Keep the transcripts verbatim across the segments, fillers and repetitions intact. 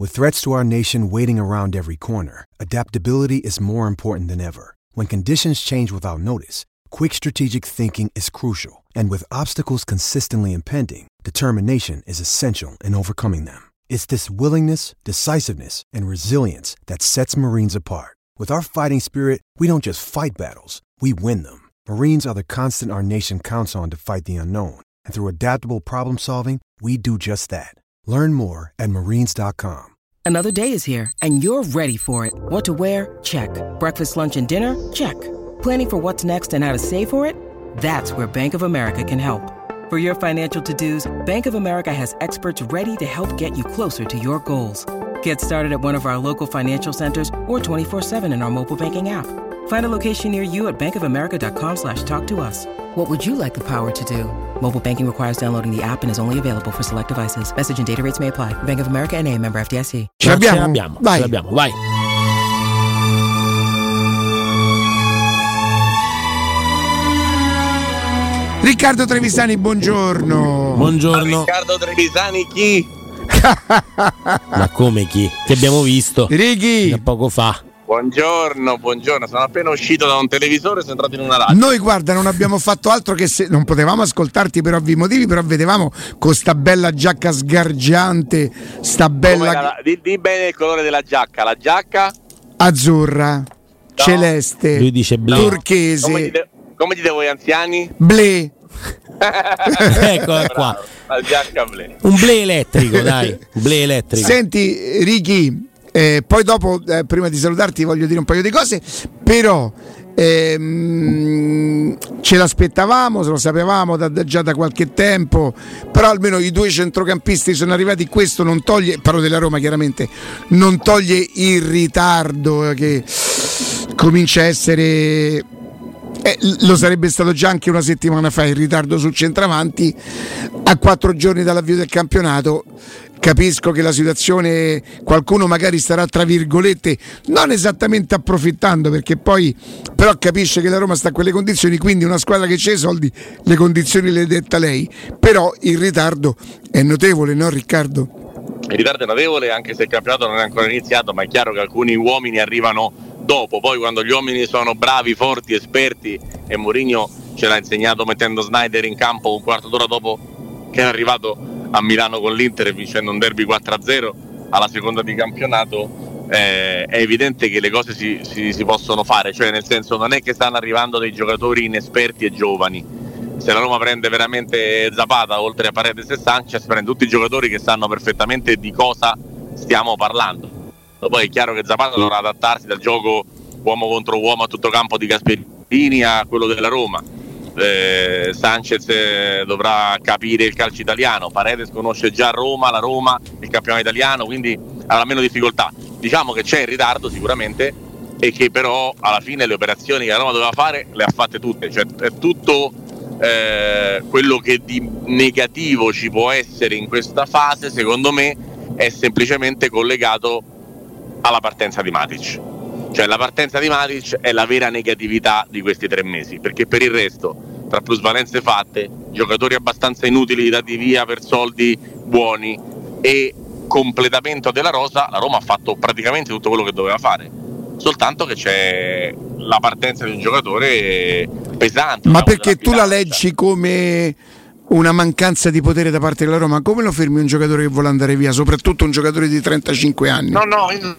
With threats to our nation waiting around every corner, adaptability is more important than ever. When conditions change without notice, quick strategic thinking is crucial. And with obstacles consistently impending, determination is essential in overcoming them. It's this willingness, decisiveness, and resilience that sets Marines apart. With our fighting spirit, we don't just fight battles, we win them. Marines are the constant our nation counts on to fight the unknown. And through adaptable problem solving, we do just that. Learn more at marines dot com. Another day is here, and you're ready for it. What to wear? Check. Breakfast, lunch, and dinner? Check. Planning for what's next and how to save for it? That's where Bank of America can help. For your financial to-dos, Bank of America has experts ready to help get you closer to your goals. Get started at one of our local financial centers or twenty-four seven in our mobile banking app. Find a location near you at bankofamerica.com slash talk to us. What would you like the power to do? Mobile banking requires downloading the app and is only available for select devices. Message and data rates may apply. Bank of America N A, member F D I C. Ce l'abbiamo? Ce l'abbiamo. Vai. Ce l'abbiamo. Vai. Riccardo Trevisani, buongiorno. Buongiorno. Riccardo Trevisani chi? Ma come chi? Ti abbiamo visto. Righi. Poco fa. Buongiorno, buongiorno. Sono appena uscito da un televisore e sono entrato in una radio. Noi, guarda, non abbiamo fatto altro che se non potevamo ascoltarti per ovvi motivi, però vedevamo con sta bella giacca sgargiante, sta bella. La, di, di bene il colore della giacca. La giacca azzurra, no. Celeste, lui dice blu, turchese. Come dite, come dite voi anziani? Ble. Ecco qua. La giacca ble. Un ble elettrico, dai. Un ble elettrico. Senti, Ricky. Eh, poi dopo, eh, prima di salutarti, voglio dire un paio di cose, però ehm, ce l'aspettavamo, se lo sapevamo da, da, già da qualche tempo, però almeno i due centrocampisti sono arrivati. Questo non toglie, parlo della Roma chiaramente, non toglie il ritardo che comincia a essere. Eh, lo sarebbe stato già anche una settimana fa il ritardo sul centravanti a quattro giorni dall'avvio del campionato. Capisco che la situazione, qualcuno magari starà tra virgolette non esattamente approfittando, perché poi però capisce che la Roma sta a quelle condizioni, quindi una squadra che c'ha i soldi, le condizioni le detta lei, però il ritardo è notevole, no Riccardo? Il ritardo è notevole anche se il campionato non è ancora iniziato, ma è chiaro che alcuni uomini arrivano dopo. Poi quando gli uomini sono bravi, forti, esperti, e Mourinho ce l'ha insegnato mettendo Snyder in campo un quarto d'ora dopo che era arrivato a Milano con l'Inter e vincendo un derby quattro a zero alla seconda di campionato, eh, è evidente che le cose si, si, si possono fare, cioè nel senso non è che stanno arrivando dei giocatori inesperti e giovani. Se la Roma prende veramente Zapata oltre a Paredes e Sanchez, prende tutti i giocatori che sanno perfettamente di cosa stiamo parlando. Poi è chiaro che Zapata dovrà adattarsi dal gioco uomo contro uomo a tutto campo di Gasperini a quello della Roma. Eh, Sanchez eh, dovrà capire il calcio italiano, Paredes conosce già Roma, la Roma, il campionato italiano, quindi avrà meno difficoltà. Diciamo che c'è il ritardo sicuramente, e che però alla fine le operazioni che la Roma doveva fare le ha fatte tutte, cioè è tutto eh, quello che di negativo ci può essere in questa fase, secondo me è semplicemente collegato alla partenza di Matic. Cioè la partenza di Matic è la vera negatività di questi tre mesi, perché per il resto, tra plusvalenze fatte, giocatori abbastanza inutili dati via per soldi buoni e completamento della rosa, la Roma ha fatto praticamente tutto quello che doveva fare, soltanto che c'è la partenza di un giocatore pesante. Ma perché tu la leggi come una mancanza di potere da parte della Roma? Come lo fermi un giocatore che vuole andare via, soprattutto un giocatore di trentacinque anni? No, no, io...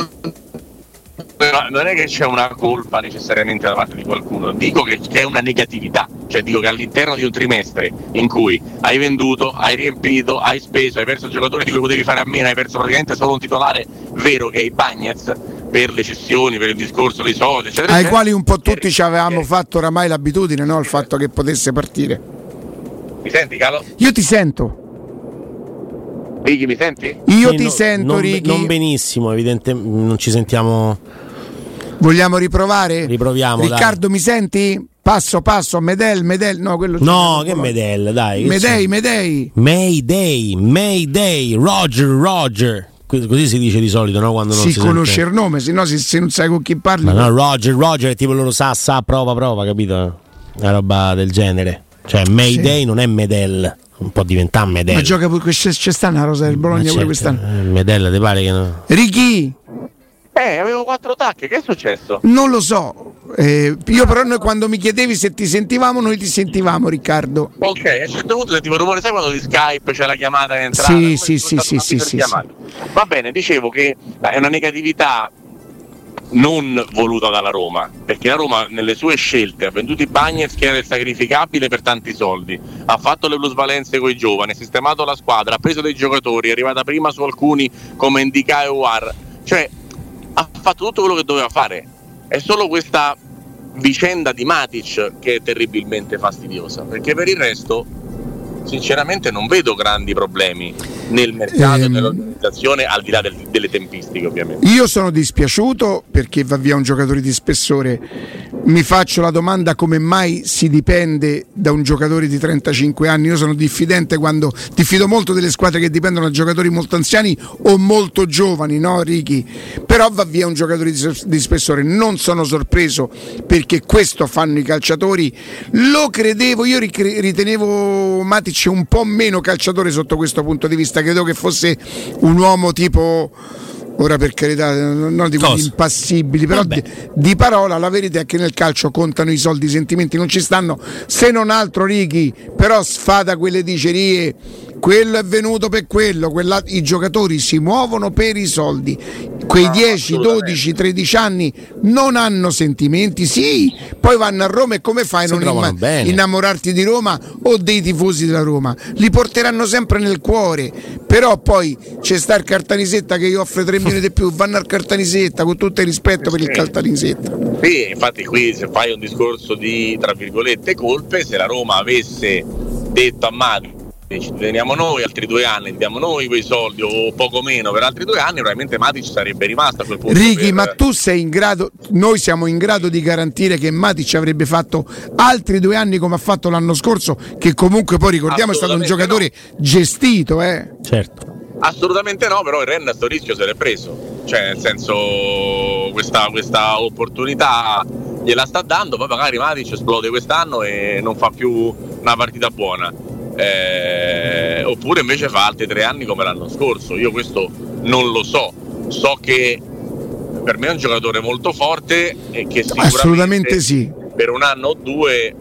non è che c'è una colpa necessariamente da parte di qualcuno, dico che è una negatività, cioè dico che all'interno di un trimestre in cui hai venduto, hai riempito, hai speso, hai perso il giocatore di cui potevi fare a meno, hai perso praticamente solo un titolare vero che è Ibañez, per le cessioni, per il discorso dei soldi, eccetera, ai eccetera, quali un po' tutti ci avevamo eh. fatto oramai l'abitudine, no? Il fatto che potesse partire. Mi senti, Carlo? Io ti sento. Righi, mi senti? Io sì, ti no, sento, non, Righi. Non benissimo, evidentemente non ci sentiamo. Vogliamo riprovare? Riproviamo. Riccardo, dai. Mi senti? Passo passo, Medel, Medel, no, quello No, che Medel, dai. Medei, Medei. Mayday, Mayday, Roger, Roger. Così si dice di solito, no? Quando non si, si conosce sente... il nome, se no se, se non sai con chi parli. Ma no, Roger, Roger è tipo loro sa, sa, prova, prova, capito? Una roba del genere. Cioè Mayday sì. Non è Medel. un po' diventare Medella. Ma gioca pure, c'è, c'è sta una rosa del Bologna pure quest'anno. Eh, Medella ti pare che no? Ricky, Eh, avevo quattro tacche, che è successo? non lo so. Eh, io però noi quando mi chiedevi se ti sentivamo, noi ti sentivamo, Riccardo. Ok, a un certo punto sentivo il rumore, sai quando di Skype c'è la chiamata in entrata? Sì, sì, sì, sì, sì, sì, sì. Va bene, dicevo che è una negatività non voluta dalla Roma, perché la Roma nelle sue scelte ha venduto i Bagnez, che era il sacrificabile per tanti soldi, ha fatto le plusvalenze con i giovani, ha sistemato la squadra, ha preso dei giocatori, è arrivata prima su alcuni come Ndicka e War, cioè ha fatto tutto quello che doveva fare. È solo questa vicenda di Matic che è terribilmente fastidiosa, perché per il resto sinceramente non vedo grandi problemi nel mercato e ehm, nell'organizzazione, al di là del, delle tempistiche ovviamente. Io sono dispiaciuto perché va via un giocatore di spessore. Mi faccio la domanda come mai si dipende da un giocatore di trentacinque anni. Io sono diffidente quando diffido molto delle squadre che dipendono da giocatori molto anziani o molto giovani, no Ricky? Però va via un giocatore di, di spessore. Non sono sorpreso perché questo fanno i calciatori. Lo credevo, io ritenevo Matic un po' meno calciatore sotto questo punto di vista, credo che fosse un uomo tipo, ora per carità, non di quelli impassibili, però di, di parola. La verità è che nel calcio contano i soldi, i sentimenti non ci stanno, se non altro Ricky, però sfada quelle dicerie, quello è venuto per quello, quella, i giocatori si muovono per i soldi. Quei no, dieci, dodici, tredici anni non hanno sentimenti, sì, poi vanno a Roma e come fai a non imma- innamorarti di Roma o dei tifosi della Roma? Li porteranno sempre nel cuore, però poi c'è sta il Cartanisetta che gli offre tre milioni di più, vanno al Cartanisetta con tutto il rispetto per il Cartanisetta. Sì, infatti qui se fai un discorso di, tra virgolette, colpe, se la Roma avesse detto a Madrid ci teniamo noi altri due anni, diamo noi quei soldi o poco meno per altri due anni, probabilmente Matic sarebbe rimasto a quel punto. Ricky, per... ma tu sei in grado, noi siamo in grado di garantire che Matic avrebbe fatto altri due anni come ha fatto l'anno scorso, che comunque poi ricordiamo è stato un giocatore no. gestito, eh? Certo. Assolutamente no, però il Rennes sto rischio se l'è preso, cioè nel senso questa, questa opportunità gliela sta dando, poi magari Matic esplode quest'anno e non fa più una partita buona. Eh, oppure invece fa altri tre anni come l'anno scorso. Io questo non lo so. So che per me è un giocatore molto forte e che sicuramente assolutamente sì. Per un anno o due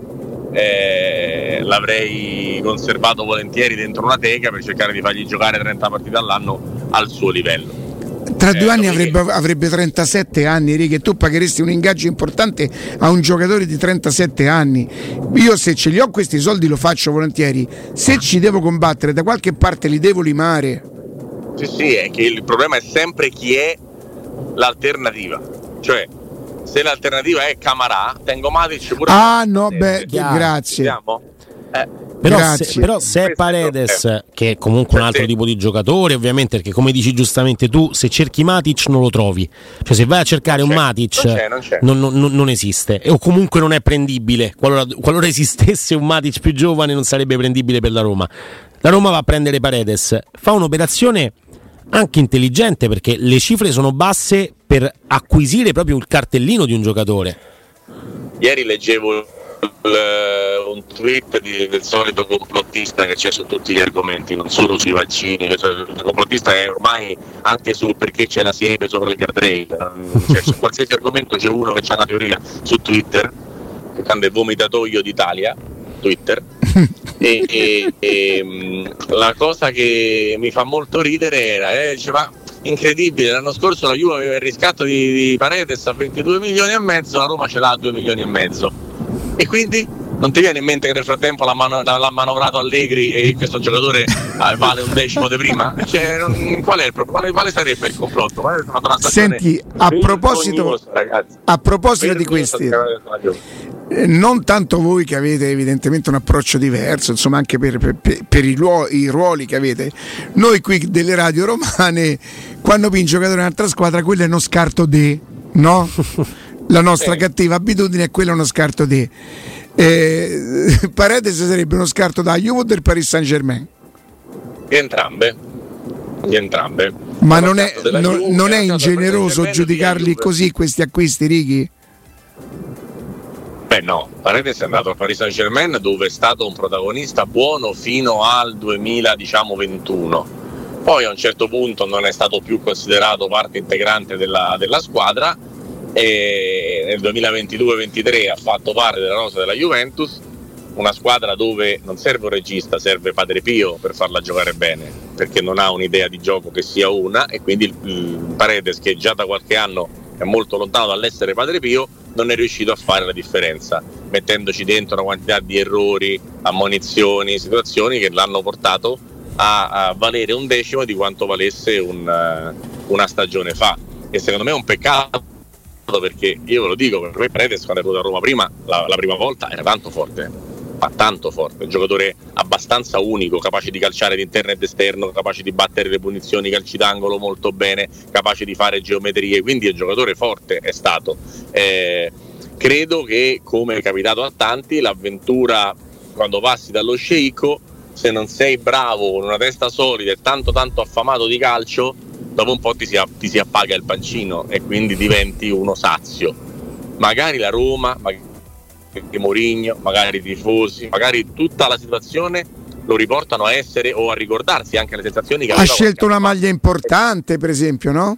eh, l'avrei conservato volentieri dentro una teca per cercare di fargli giocare trenta partite all'anno al suo livello. Tra due eh, anni avrebbe, avrebbe trentasette anni, Ricky, e tu pagheresti un ingaggio importante a un giocatore di trentasette anni. Io se ce li ho questi soldi lo faccio volentieri, se ci devo combattere da qualche parte li devo limare. Sì, sì, è che il problema è sempre chi è l'alternativa, cioè se l'alternativa è Camarà, tengo Matic pure. Ah no, beh, grazie. Eh. Però se, però se è Paredes, che è comunque un altro tipo di giocatore, ovviamente, perché come dici giustamente tu, se cerchi Matic non lo trovi, cioè se vai a cercare un Matic non, c'è, non, c'è. Non, non, non esiste, o comunque non è prendibile. Qualora, qualora esistesse un Matic più giovane non sarebbe prendibile per la Roma. La Roma va a prendere Paredes, fa un'operazione anche intelligente perché le cifre sono basse per acquisire proprio il cartellino di un giocatore. Ieri leggevo un tweet di, del solito complottista che c'è su tutti gli argomenti, non solo sui vaccini. Il complottista è ormai anche su perché c'è la siepe sopra il guardrail, cioè, su qualsiasi argomento c'è uno che ha una teoria su Twitter, che cambia il vomitatoio d'Italia Twitter e, e, e la cosa che mi fa molto ridere era eh, diceva, incredibile, l'anno scorso la Juve aveva il riscatto di, di Paredes a ventidue milioni e mezzo, la Roma ce l'ha a due milioni e mezzo. E quindi non ti viene in mente che nel frattempo l'ha, man- l'ha manovrato Allegri e questo giocatore ah, vale un decimo di prima? Cioè, non, qual è il pro- quale, quale sarebbe il complotto? Qual è una Senti, a proposito, a proposito di questi, eh, non tanto voi che avete evidentemente un approccio diverso, insomma anche per, per, per i, ruo- i ruoli che avete, noi qui delle radio romane, quando vi un giocatore in un'altra squadra, quello è uno scarto de, no? La nostra eh. cattiva abitudine è quella, uno scarto di eh, Paredes sarebbe uno scarto da Juve o del Paris Saint-Germain? Di entrambe, di entrambe. Ma non è, non, Juve, non è ingeneroso giudicarli così questi acquisti, Ricky? Beh no, Paredes è andato al Paris Saint-Germain dove è stato un protagonista buono fino al duemilaventuno, poi a un certo punto non è stato più considerato parte integrante della, della squadra e nel duemilaventidue ventitré ha fatto parte della rosa della Juventus, una squadra dove non serve un regista, serve Padre Pio per farla giocare bene, perché non ha un'idea di gioco che sia una, e quindi il, il Paredes, che già da qualche anno è molto lontano dall'essere Padre Pio, non è riuscito a fare la differenza, mettendoci dentro una quantità di errori, ammonizioni, situazioni che l'hanno portato a, a valere un decimo di quanto valesse un, uh, una stagione fa. E secondo me è un peccato, perché io ve lo dico, per me Paredes quando è venuto a Roma prima, la, la prima volta era tanto forte, ma tanto forte, un giocatore abbastanza unico, capace di calciare d'interno ed esterno, capace di battere le punizioni, calci d'angolo molto bene, capace di fare geometrie, quindi è un giocatore forte, è stato. Eh, credo che, come è capitato a tanti, l'avventura quando passi dallo sceicco, se non sei bravo, con una testa solida e tanto tanto affamato di calcio, dopo un po' ti si, ti si appaga il pancino e quindi diventi uno sazio. Magari la Roma, magari Mourinho, magari i tifosi, magari tutta la situazione lo riportano a essere o a ricordarsi anche le sensazioni che ha scelto una maglia importante, per esempio, no?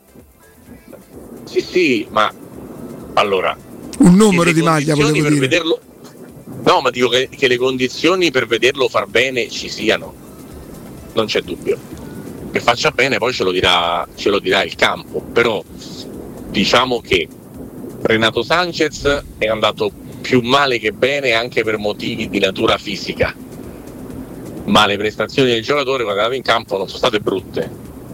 Sì, sì, ma allora un numero di maglia volevo per dire. Vederlo, no, ma dico che, che le condizioni per vederlo far bene ci siano, non c'è dubbio. Che faccia bene poi ce lo dirà, ce lo dirà il campo, però diciamo che Renato Sanchez è andato più male che bene anche per motivi di natura fisica, ma le prestazioni del giocatore quando è andato in campo non sono state brutte.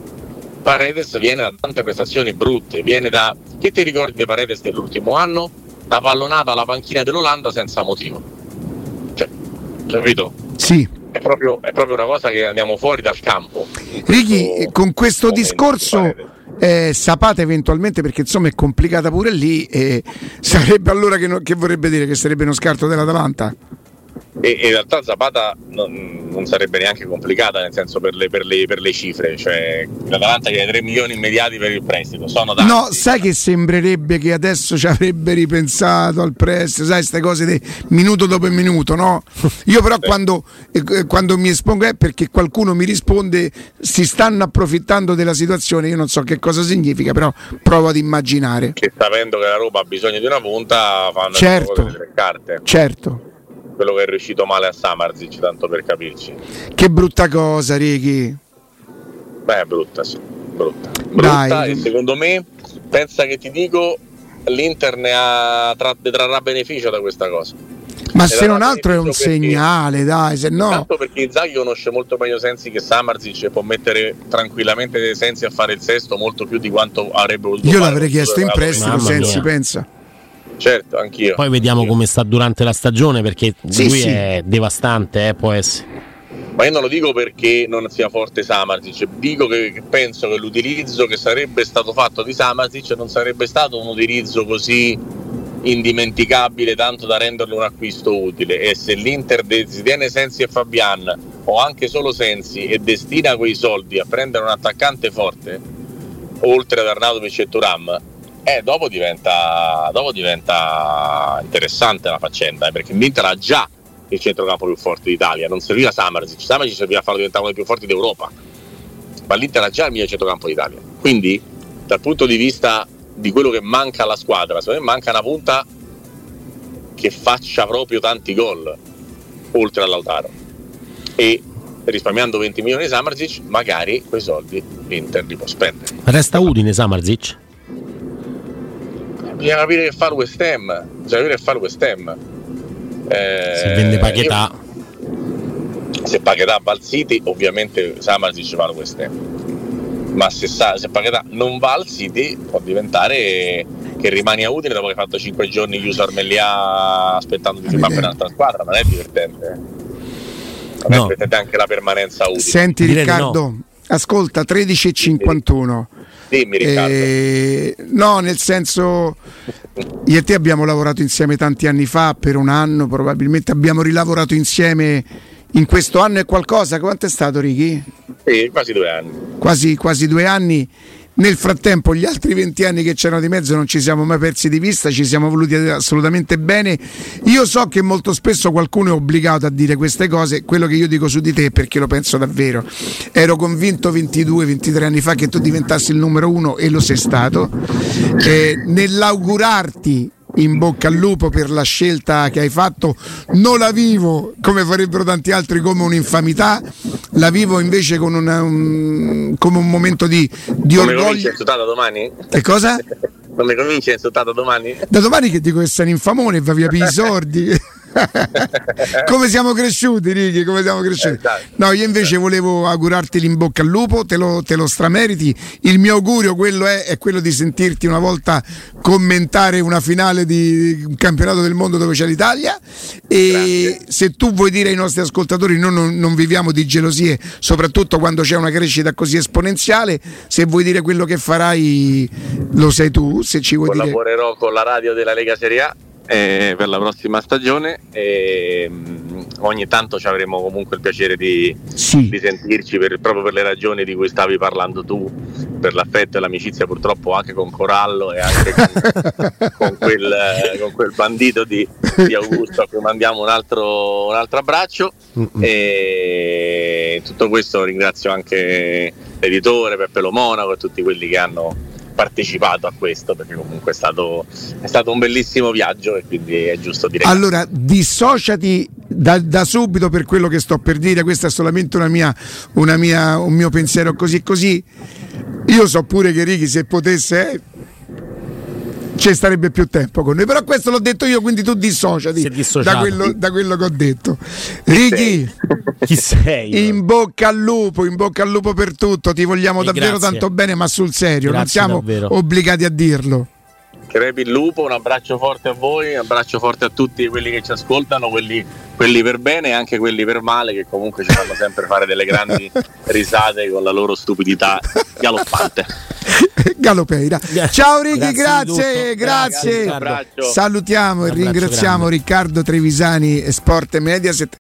Paredes viene da tante prestazioni brutte, viene da, che ti ricordi di Paredes dell'ultimo anno? Una pallonata alla panchina dell'Olanda senza motivo, cioè, capito? Sì. È proprio, è proprio una cosa che andiamo fuori dal campo. Righi, con questo discorso eh, Zapata eventualmente, perché insomma è complicata pure lì, eh, sarebbe allora che, no, che vorrebbe dire che sarebbe uno scarto dell'Atalanta? E, e in realtà Zapata non, non sarebbe neanche complicata, nel senso per le, per le, per le cifre, cioè l'Atalanta chiede tre milioni immediati per il prestito, sono tanti. No, sai che sembrerebbe che adesso ci avrebbe ripensato al prestito, sai, queste cose di minuto dopo minuto, no? Io però sì. quando, eh, quando mi espongo è perché qualcuno mi risponde si stanno approfittando della situazione, io non so che cosa significa, però provo ad immaginare. Che sapendo che la Roma ha bisogno di una punta fanno certo, le tre carte. Certo. Quello che è riuscito male a Samardzic, tanto per capirci. Che brutta cosa, Righi. Beh, brutta, sì, brutta. Brutta. Dai. E secondo me, pensa che ti dico, l'Inter ne, ha, tra, ne trarrà beneficio da questa cosa. Ma ne se non altro è un perché, segnale, dai, se no. Tanto perché Inzaghi conosce molto meglio Sensi che Samardzic e può mettere tranquillamente Sensi a fare il sesto molto più di quanto avrebbe voluto Io fare. Io l'avrei chiesto in prestito, Sensi, pensa. Certo, anch'io. Poi vediamo anch'io. come sta durante la stagione, perché sì, lui sì. è devastante, eh, può essere. Ma io non lo dico perché non sia forte Samardzic, dico che, che penso che l'utilizzo che sarebbe stato fatto di Samardzic non sarebbe stato un utilizzo così indimenticabile tanto da renderlo un acquisto utile, e se l'Inter si tiene Sensi e Fabian o anche solo Sensi e destina quei soldi a prendere un attaccante forte oltre ad Arnautovic e Thuram, Eh, dopo diventa dopo diventa interessante la faccenda, eh, perché l'Inter ha già il centrocampo più forte d'Italia, non serviva Samardzic, Samardzic serviva a farlo diventare uno dei più forti d'Europa, ma l'Inter ha già il mio centrocampo d'Italia, quindi dal punto di vista di quello che manca alla squadra, secondo me manca una punta che faccia proprio tanti gol oltre a Lautaro, e risparmiando venti milioni di Samardzic magari quei soldi l'Inter li può spendere. Resta Udine Samardzic? Bisogna capire che fa il West Ham, bisogna capire che fa il West Ham. Eh, se vende Paquetà, io, se Paquetà va al City, ovviamente Samardzic va al West Ham, ma se, se Paquetà non va al City può diventare che rimani a Udine dopo che hai fatto cinque giorni chiuso a Armellà aspettando di firmare per un'altra squadra. Non è divertente, non no. è divertente anche la permanenza a Udine. Senti Direi Riccardo, no. ascolta, tredici e cinquantuno. Dimmi Riccardo. Eh, no, nel senso, io e te abbiamo lavorato insieme tanti anni fa, per un anno probabilmente abbiamo rilavorato insieme in questo anno e qualcosa. Quanto è stato, Ricky? Sì, quasi due anni. Quasi, quasi due anni. Nel frattempo gli altri venti anni che c'erano di mezzo non ci siamo mai persi di vista, ci siamo voluti assolutamente bene. Io so che molto spesso qualcuno è obbligato a dire queste cose, quello che io dico su di te è perché lo penso davvero. Ero convinto ventidue ventitré anni fa che tu diventassi il numero uno e lo sei stato. Eh, nell'augurarti in bocca al lupo per la scelta che hai fatto, non la vivo come farebbero tanti altri come un'infamità, la vivo invece con una, un, come un momento di, di non orgoglio. Mi cominci a da domani? Che cosa? Non mi cominci a insultare da domani? Da domani che dico che sei un infamone e va via per i sordi. Come siamo cresciuti, Ricky, come siamo cresciuti. No, io invece volevo augurarti l'in bocca al lupo, te lo, te lo strameriti. Il mio augurio quello è, è quello di sentirti una volta commentare una finale di un campionato del mondo dove c'è l'Italia. E grazie. Se tu vuoi dire ai nostri ascoltatori noi non, non viviamo di gelosie, soprattutto quando c'è una crescita così esponenziale, se vuoi dire quello che farai lo sai tu, se ci vuoi collaborerò dire. Con la radio della Lega Serie A eh, per la prossima stagione e mh, ogni tanto ci avremo comunque il piacere di, sì. di sentirci per, proprio per le ragioni di cui stavi parlando tu, per l'affetto e l'amicizia purtroppo anche con Corallo e anche con, con, quel, con quel bandito di, di Augusto a cui mandiamo un altro, un altro abbraccio. Mm-mm. E in tutto questo ringrazio anche l'editore Peppe Lo Monaco e tutti quelli che hanno partecipato a questo, perché comunque è stato, è stato un bellissimo viaggio e quindi è giusto dire. Allora dissociati da, da subito per quello che sto per dire, questa è solamente una mia, una mia, un mio pensiero così così. Io so pure che Ricky se potesse eh, ci starebbe più tempo con noi, però questo l'ho detto io, quindi tu dissociati da quello, da quello che ho detto. Ricky, chi sei? In bocca al lupo, in bocca al lupo per tutto, ti vogliamo e davvero grazie. tanto bene, ma sul serio, grazie, non siamo davvero. obbligati a dirlo. Crepi il lupo, un abbraccio forte a voi, un abbraccio forte a tutti quelli che ci ascoltano, quelli, quelli per bene e anche quelli per male, che comunque ci fanno sempre fare delle grandi risate con la loro stupidità galoppante. Galopeira. Ciao Ricky, grazie, grazie. grazie. grazie. Salutiamo e ringraziamo grande. Riccardo Trevisani, Sport Mediaset.